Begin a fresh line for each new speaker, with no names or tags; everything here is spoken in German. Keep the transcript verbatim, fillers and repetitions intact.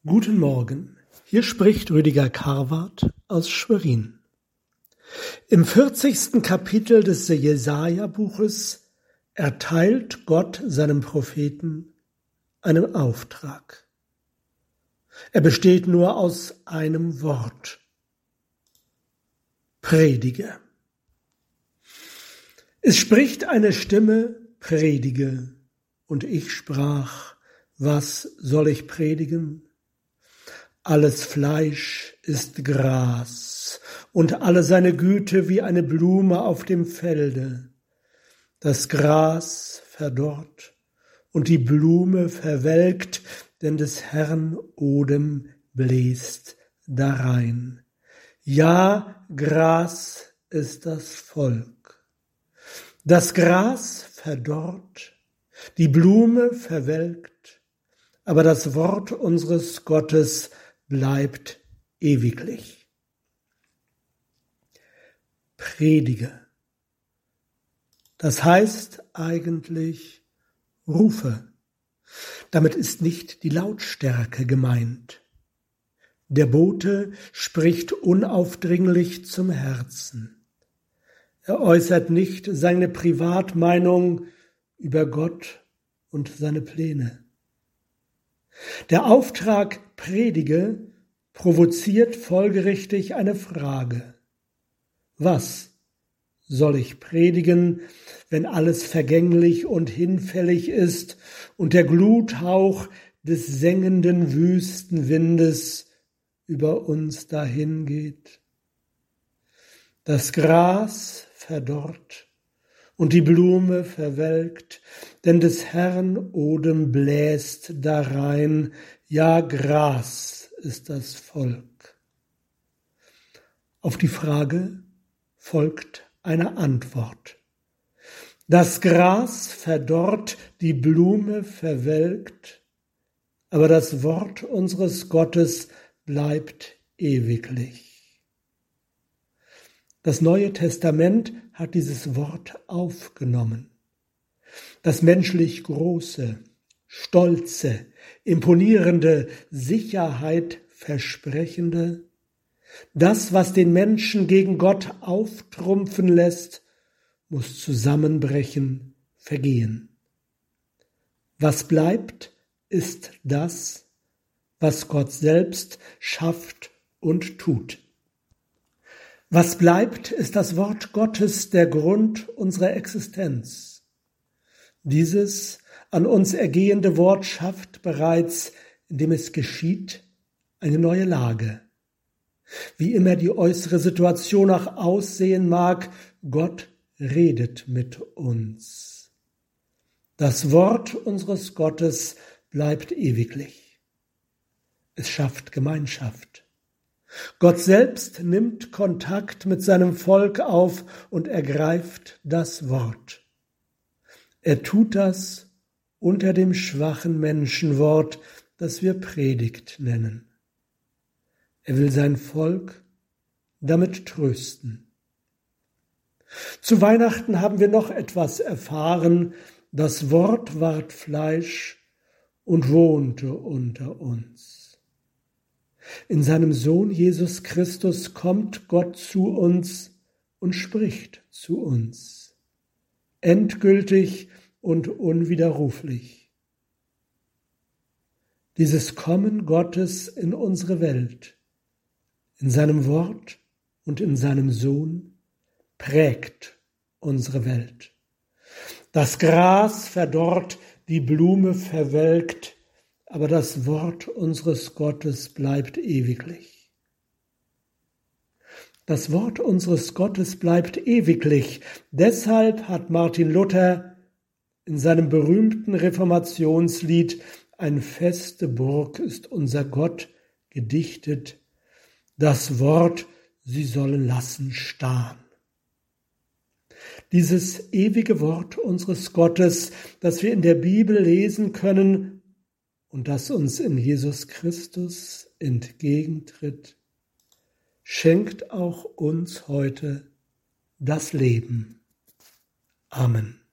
Guten Morgen, hier spricht Rüdiger Karwart aus Schwerin. Im vierzigsten Kapitel des Jesaja-Buches erteilt Gott seinem Propheten einen Auftrag. Er besteht nur aus einem Wort: Predige. Es spricht eine Stimme: Predige. Und ich sprach: Was soll ich predigen? Alles Fleisch ist Gras, und alle seine Güte wie eine Blume auf dem Felde. Das Gras verdorrt und die Blume verwelkt, denn des Herrn Odem bläst darein. Ja, Gras ist das Volk. Das Gras verdorrt, die Blume verwelkt, aber das Wort unseres Gottes bleibt ewiglich. Predige. Das heißt eigentlich rufe. Damit ist nicht die Lautstärke gemeint. Der Bote spricht unaufdringlich zum Herzen. Er äußert nicht seine Privatmeinung über Gott und seine Pläne. Der Auftrag Predige provoziert folgerichtig eine Frage. Was soll ich predigen, wenn alles vergänglich und hinfällig ist und der Gluthauch des sengenden Wüstenwindes über uns dahingeht? Das Gras verdorrt und die Blume verwelkt, denn des Herrn Odem bläst darein, ja, Gras ist das Volk. Auf die Frage folgt eine Antwort. Das Gras verdorrt, die Blume verwelkt, aber das Wort unseres Gottes bleibt ewiglich. Das Neue Testament hat dieses Wort aufgenommen. Das menschlich Große, Stolze, imponierende, Sicherheit versprechende, das, was den Menschen gegen Gott auftrumpfen lässt, muss zusammenbrechen, vergehen. Was bleibt, ist das, was Gott selbst schafft und tut. Was bleibt, ist das Wort Gottes, der Grund unserer Existenz. Dieses an uns ergehende Wort schafft bereits, indem es geschieht, eine neue Lage. Wie immer die äußere Situation auch aussehen mag, Gott redet mit uns. Das Wort unseres Gottes bleibt ewiglich. Es schafft Gemeinschaft. Gott selbst nimmt Kontakt mit seinem Volk auf und ergreift das Wort. Er tut das unter dem schwachen Menschenwort, das wir Predigt nennen. Er will sein Volk damit trösten. Zu Weihnachten haben wir noch etwas erfahren. Das Wort ward Fleisch und wohnte unter uns. In seinem Sohn Jesus Christus kommt Gott zu uns und spricht zu uns. Endgültig und unwiderruflich. Dieses Kommen Gottes in unsere Welt, in seinem Wort und in seinem Sohn, prägt unsere Welt. Das Gras verdorrt, die Blume verwelkt, aber das Wort unseres Gottes bleibt ewiglich. Das Wort unseres Gottes bleibt ewiglich. Deshalb hat Martin Luther in seinem berühmten Reformationslied »Ein feste Burg ist unser Gott« gedichtet: Das Wort sie sollen lassen starren. Dieses ewige Wort unseres Gottes, das wir in der Bibel lesen können und das uns in Jesus Christus entgegentritt, schenkt auch uns heute das Leben. Amen.